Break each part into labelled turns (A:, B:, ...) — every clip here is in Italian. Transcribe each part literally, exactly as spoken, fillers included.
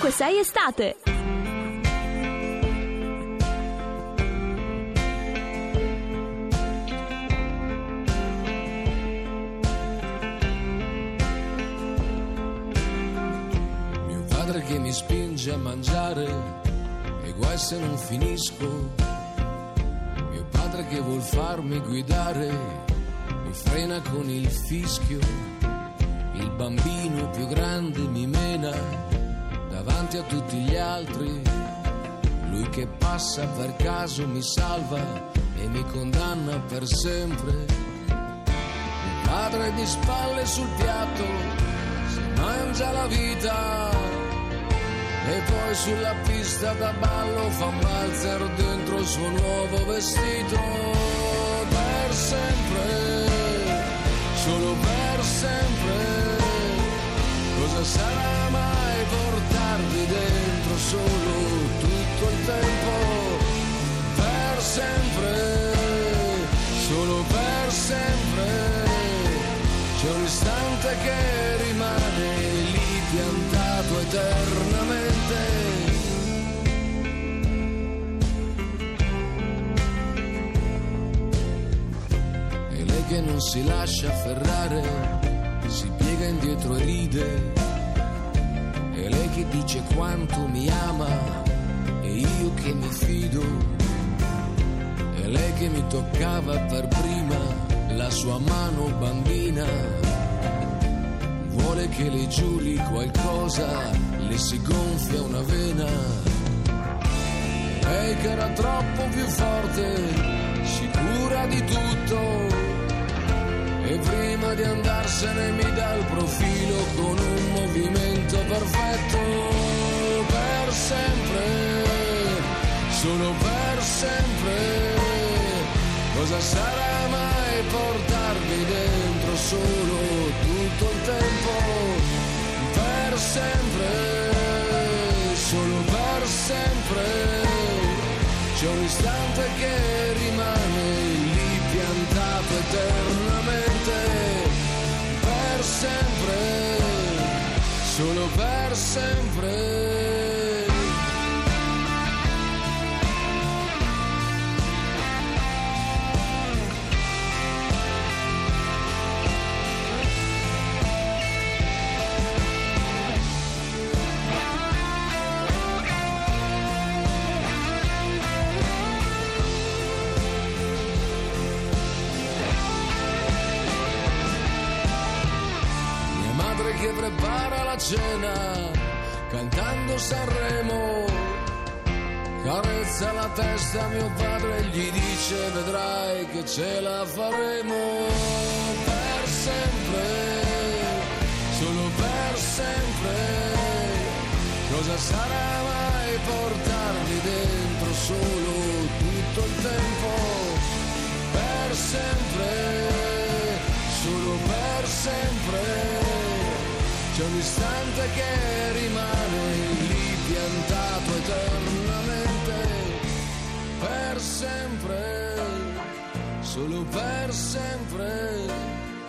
A: Ovunque sei estate.
B: Mio padre che mi spinge a mangiare e guai se non finisco. Mio padre che vuol farmi guidare mi frena con il fischio. Il bambino più grande mi mena davanti a tutti gli altri. Lui che passa per caso mi salva e mi condanna per sempre. Mio padre di spalle sul piatto si mangia la vita e poi sulla pista da ballo fa un valzer dentro il suo nuovo vestito. Per sempre, solo per sempre. Cosa sarà mai portarvi dentro solo tutto il tempo? Per sempre, solo per sempre. C'è un istante che rimane lì piantato eternamente. E lei che non si lascia afferrare si piega indietro e ride. E lei che dice quanto mi ama e io che mi fido. E lei che mi toccava per prima la sua mano bambina. Vuole che le giuri qualcosa, le si gonfia una vena. Lei che era troppo più forte, sicura di tutto. E prima di andarsene mi dà il profilo con un movimento perfetto. Per sempre, solo per sempre. Cosa sarà mai portarmi dentro solo tutto il tempo? Per sempre, solo per sempre. C'è un istante che rimane lì piantato eternamente. Per sempre, solo per sempre. Che prepara la cena cantando Sanremo, carezza la testa a mio padre e gli dice vedrai che ce la faremo. Per sempre, solo per sempre. Cosa sarà mai portarmi dentro solo tutto il tempo? Per sempre, solo per sempre. C'è un istante che rimane lì piantato eternamente. Per sempre, solo per sempre.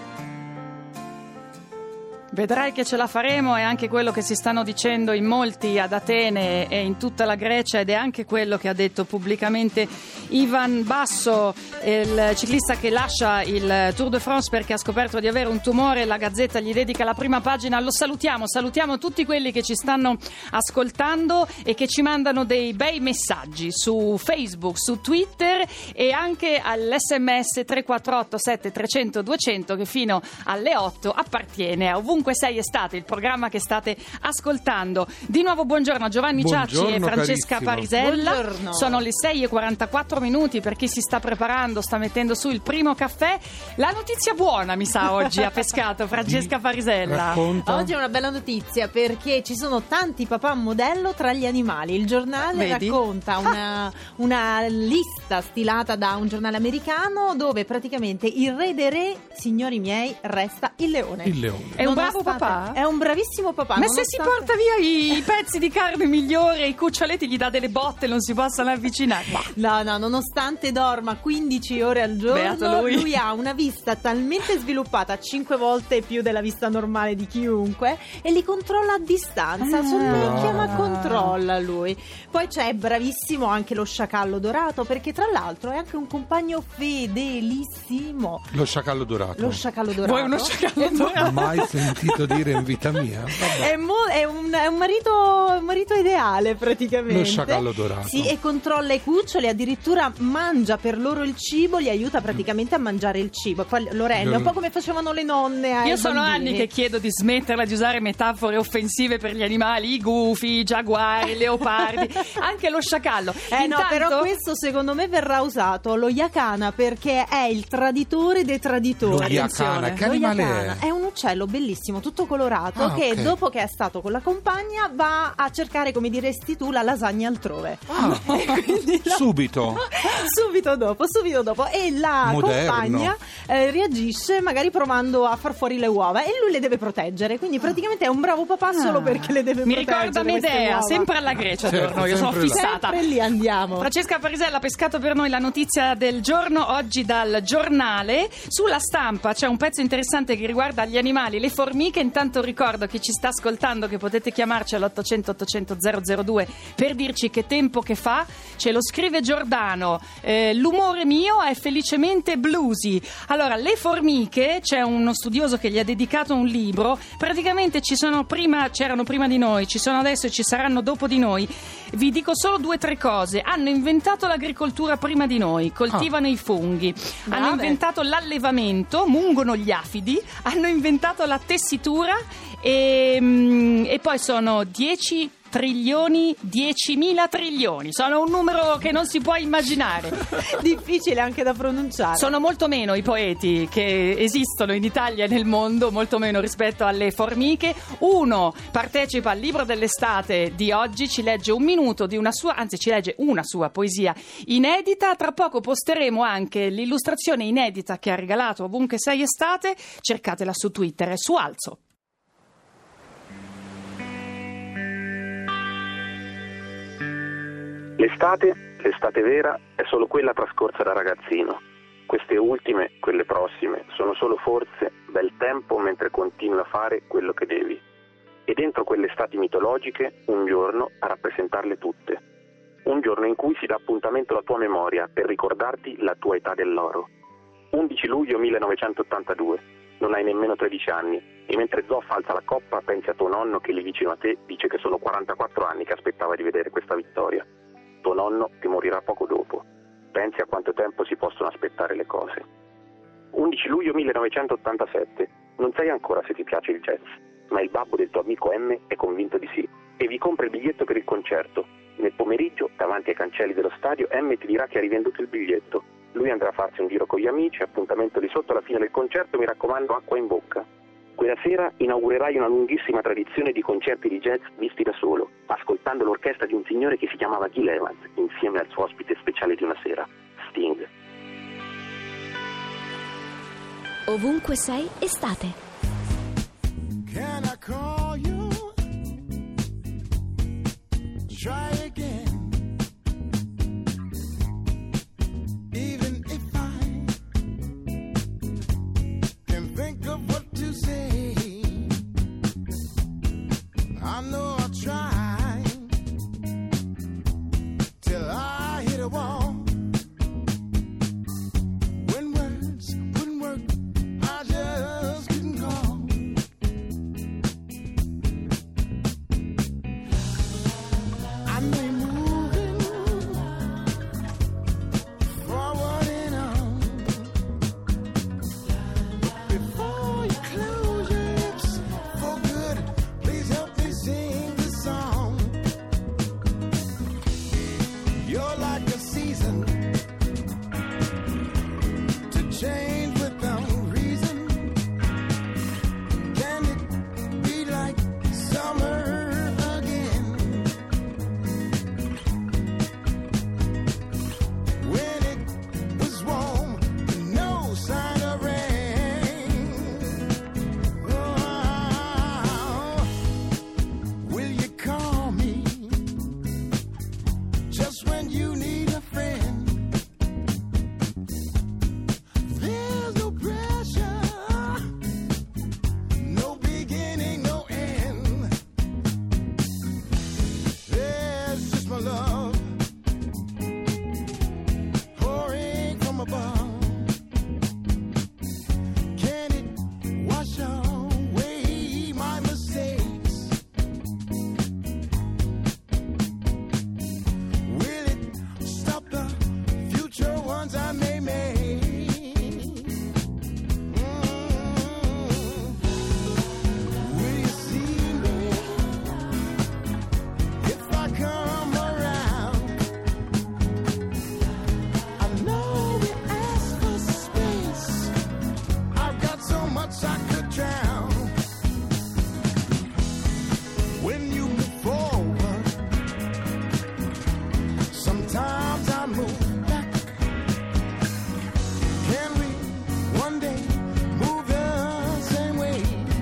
C: Vedrai che ce la faremo, è anche quello che si stanno dicendo in molti ad Atene e in tutta la Grecia, ed è anche quello che ha detto pubblicamente Ivan Basso, il ciclista che lascia il Tour de France perché ha scoperto di avere un tumore. La Gazzetta gli dedica la prima pagina. Lo salutiamo, salutiamo tutti quelli che ci stanno ascoltando e che ci mandano dei bei messaggi su Facebook, su Twitter e anche all'esse emme esse tre quattro otto sette trecento duecento che fino alle otto appartiene a Ovunque Sei Estate, il programma che state ascoltando. Di nuovo buongiorno a Giovanni
D: Buongiorno,
C: Ciacci e Francesca
D: carissimo.
C: Parisella.
E: Buongiorno.
C: Sono le sei e quarantaquattro minuti per chi si sta preparando, sta mettendo su il primo caffè. La notizia buona mi sa oggi ha pescato Francesca Parisella.
D: Racconta.
E: Oggi è una bella notizia perché ci sono tanti papà modello tra gli animali. Il giornale
C: Vedi?
E: racconta una, una lista stilata da un giornale americano dove praticamente il re dei re, signori miei, resta il leone.
D: Il leone.
C: È un bravo bravo papà?
E: È un bravissimo papà.
C: Ma se si porta via i pezzi di carne migliori e i cuccioletti, gli dà delle botte, non si possano avvicinare.
E: No, no, nonostante dorma quindici ore al giorno,
C: lui.
E: lui ha una vista talmente sviluppata, cinque volte più della vista normale di chiunque, e li controlla a distanza. Sono ma controlla lui. Poi c'è bravissimo anche lo sciacallo dorato, perché tra l'altro è anche un compagno fedelissimo.
A: Lo sciacallo dorato.
E: Lo sciacallo dorato.
C: Vuoi uno sciacallo dorato?
A: Mai sentito dire in vita mia. Vabbè.
E: È, mo- è, un, è un marito un marito ideale praticamente.
A: Lo sciacallo dorato.
E: Sì, e controlla i cuccioli, addirittura mangia per loro il cibo, li aiuta praticamente a mangiare il cibo. Poi lo rende un po' come facevano le nonne ai
C: Io sono
E: bambini.
C: anni che chiedo di smetterla di usare metafore offensive per gli animali, i gufi, i giaguari, i leopardi, anche lo sciacallo.
E: Eh
C: Intanto...
E: no, però questo secondo me verrà usato, lo yakana, perché è il traditore dei traditori.
A: Lo yakana, che
E: Lo
A: animale
E: yakana
A: è?
E: È un uccello bellissimo, tutto colorato,
A: Ah,
E: che
A: ok.
E: dopo che è stato con la compagna va a cercare, come diresti tu, la lasagna altrove.
A: Ah,
E: Quindi la-
A: subito.
E: subito dopo, subito dopo. E la
A: Moderno.
E: compagna eh, reagisce magari provando a far fuori le uova e lui le deve proteggere. Quindi praticamente è un bravo papà solo perché le deve
C: Mi
E: proteggere.
C: ricorda
E: queste
C: Medea,
E: uova.
C: sempre alla Grecia
A: Certo,
C: torno, io sono
A: sempre là.
C: fissata.
E: Sempre lì andiamo.
C: Francesca Parisella ha pescato per noi la notizia del giorno oggi dal giornale. Sulla Stampa c'è un pezzo interessante che riguarda gli animali, le formiche. Intanto ricordo chi ci sta ascoltando che potete chiamarci all'ottocento ottocento zero zero due per dirci che tempo che fa. Ce lo scrive Giordano, eh, l'umore mio è felicemente bluesy. Allora, le formiche, c'è uno studioso che gli ha dedicato un libro. Praticamente ci sono prima, c'erano prima di noi, ci sono adesso e ci saranno dopo di noi. Vi dico solo due o tre cose. Hanno inventato l'agricoltura prima di noi, coltivano
A: Ah.
C: i funghi, hanno
E: Brave.
C: inventato l'allevamento, mungono gli afidi, hanno inventato la tessitura e, mm, e poi sono dieci trilioni, diecimila trilioni. Sono un numero che non si può immaginare.
E: Difficile anche da pronunciare.
C: Sono molto meno i poeti che esistono in Italia e nel mondo, molto meno rispetto alle formiche. Uno partecipa al libro dell'estate di oggi, ci legge un minuto di una sua, anzi ci legge una sua poesia inedita. Tra poco posteremo anche l'illustrazione inedita che ha regalato Ovunque sei estate. Cercatela su Twitter e su Alzo.
D: L'estate, l'estate vera, è solo quella trascorsa da ragazzino. Queste ultime, quelle prossime, sono solo forse bel tempo mentre continui a fare quello che devi. E dentro quelle estati mitologiche, un giorno a rappresentarle tutte. Un giorno in cui si dà appuntamento alla tua memoria per ricordarti la tua età dell'oro. undici luglio millenovecentottantadue. Non hai nemmeno tredici anni e mentre Zoff alza la coppa pensi a tuo nonno che lì vicino a te dice che sono quarantaquattro anni che aspettava di vedere questa vittoria. Tuo nonno che morirà poco dopo. Pensi a quanto tempo si possono aspettare le cose. undici luglio millenovecentottantasette. Non sai ancora se ti piace il jazz, ma il babbo del tuo amico M è convinto di sì e vi compra il biglietto per il concerto. Nel pomeriggio, davanti ai cancelli dello stadio, M ti dirà che ha rivenduto il biglietto. Lui andrà a farsi un giro con gli amici, appuntamento lì sotto alla fine del concerto, mi raccomando, acqua in bocca. Quella sera inaugurerai una lunghissima tradizione di concerti di jazz visti da solo, ascoltando l'orchestra di un signore che si chiamava Gil Evans, insieme al suo ospite speciale di una sera, Sting.
F: Ovunque sei estate.
G: Can I call you? Try again. Even if I can think of what to say, I know I'll try till I hit a wall. When words wouldn't work, I just couldn't call. much I could drown. When you move forward, sometimes I move back. Can we one day move the same way?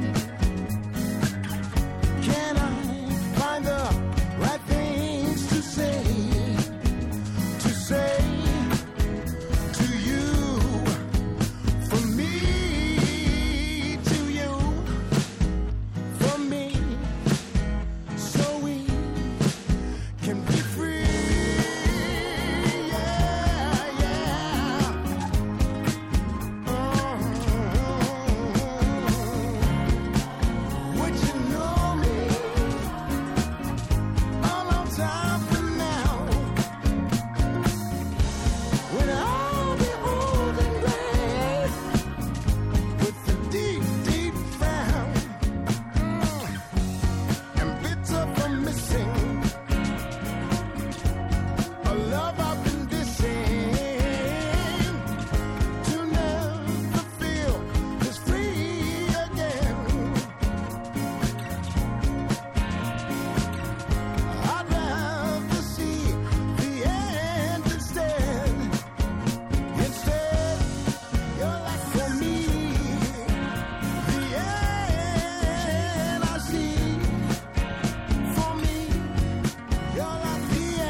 G: Can I find the right things to say, to say to you, for me, to you, for me, so we can be free. Yeah, yeah. Oh. Would you know me a long time from now, when I'll be old and gray, with the deep, deep frown, mm, and bitter for missing a love I've been dissing, to never feel this free again. I'd rather see the end instead. Instead, you're like for me. The end I see. For me, you're like the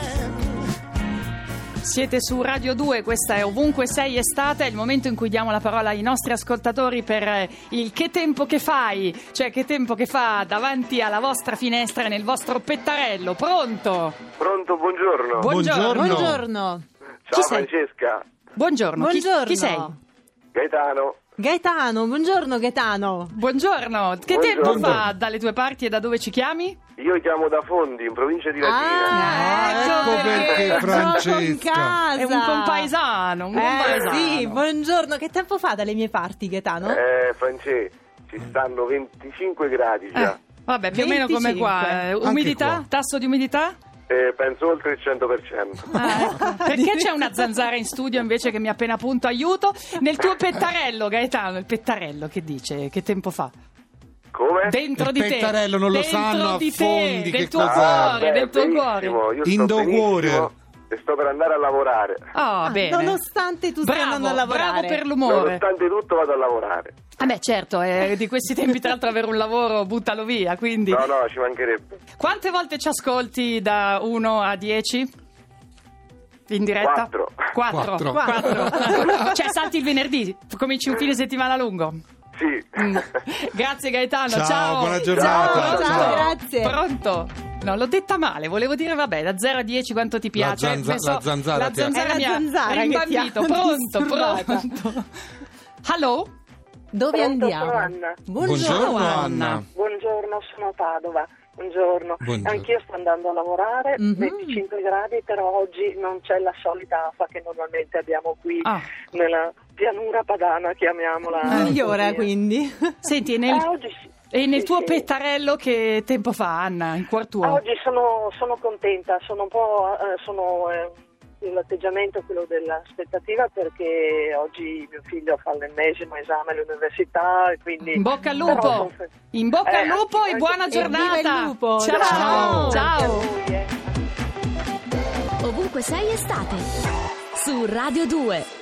G: end.
C: Siete su Radio due, questa è Ovunque Sei Estate, è il momento in cui diamo la parola ai nostri ascoltatori per eh, il che tempo che fai, cioè che tempo che fa davanti alla vostra finestra e nel vostro pettarello. Pronto?
D: Pronto, buongiorno.
C: Buongiorno.
E: Buongiorno.
D: Ciao
C: chi sei?
D: Francesca.
C: Buongiorno. Chi-
E: Buongiorno.
C: Chi, sei?
D: Gaetano.
E: Gaetano, buongiorno Gaetano.
C: Buongiorno. Che
D: Buongiorno.
C: tempo fa dalle tue parti e da dove ci chiami?
D: Io chiamo da Fondi, in provincia di Latina.
E: Ah,
A: ecco perché, Francesca.
E: gioco in casa.
C: È un compaesano, un
E: Eh
C: compaesano.
E: sì, buongiorno. Che tempo fa dalle mie parti Gaetano?
D: Eh, France, ci stanno venticinque gradi già.
C: Eh, vabbè, più o meno come qua. Eh, Umidità?
A: qua.
C: Tasso di umidità?
D: Eh, penso oltre il cento per cento.
C: Ah, ecco. Perché c'è una zanzara in studio invece che mi ha appena punto aiuto? Nel tuo pettarello, Gaetano, il pettarello che dice? Che tempo fa?
D: Come?
C: Dentro
A: Il
C: di te.
A: pettarello non lo
C: Dentro
A: sanno a
C: di te,
A: Fondi
C: del
A: che
C: tuo
A: cos'è.
C: cuore,
D: beh,
C: del tuo cuore.
D: benissimo, io sto
A: Indocuore.
D: benissimo e sto per andare a lavorare.
C: Oh,
E: Ah,
C: bene.
E: nonostante tu stia
C: Bravo,
E: andando a lavorare.
C: bravo per l'umore.
D: Nonostante tutto vado a lavorare.
C: Ah beh, certo, eh, di questi tempi tra l'altro avere un lavoro buttalo via, quindi.
D: No, no, ci mancherebbe.
C: Quante volte ci ascolti da uno a dieci? In diretta?
D: Quattro.
C: Quattro.
A: Quattro.
C: Quattro. Cioè salti il venerdì, cominci un fine settimana lungo.
D: Sì.
C: Mm. Grazie Gaetano, ciao.
A: Ciao, buona giornata.
E: Ciao,
A: Ciao.
E: grazie.
C: Pronto? No, l'ho detta male, volevo dire vabbè, da zero a dieci quanto ti piace?
A: zanza-
C: Penso-
A: la zanzara
C: la
A: ti ha-
C: zanzara
E: È la
C: mi ha
E: zanzara che
C: rimbambito.
E: ti ha
C: Pronto,
E: disturbata.
C: pronto. Hello?
E: Dove
H: Pronto,
E: andiamo?
H: sono Anna.
A: Buongiorno
C: Anna.
A: Anna.
H: Buongiorno, sono a Padova. Buongiorno.
A: Buongiorno.
H: Anch'io sto andando a lavorare,
E: Mhm.
H: venticinque gradi, però oggi non c'è la solita afa che normalmente abbiamo qui
C: Ah.
H: nella pianura padana, chiamiamola.
E: Migliora
H: così.
E: quindi.
C: Senti, e nel,
H: Ah, oggi sì.
C: e nel
H: Sì,
C: tuo
H: sì.
C: pettarello che tempo fa, Anna, in cuor tuo?
H: Ah, oggi sono, sono contenta, sono un po' eh, sono eh, l'atteggiamento è quello dell'aspettativa, perché oggi mio figlio fa l'ennesimo esame all'università e quindi
C: In bocca al
H: però
C: lupo,
H: sono fe-
C: in bocca al
H: Eh,
C: lupo
H: anche-
C: e buona
H: anche-
C: giornata.
E: Viva il lupo.
C: Ciao.
A: Ciao.
C: Ciao.
H: a lui, eh.
F: Ovunque Sei Estate su Radio due.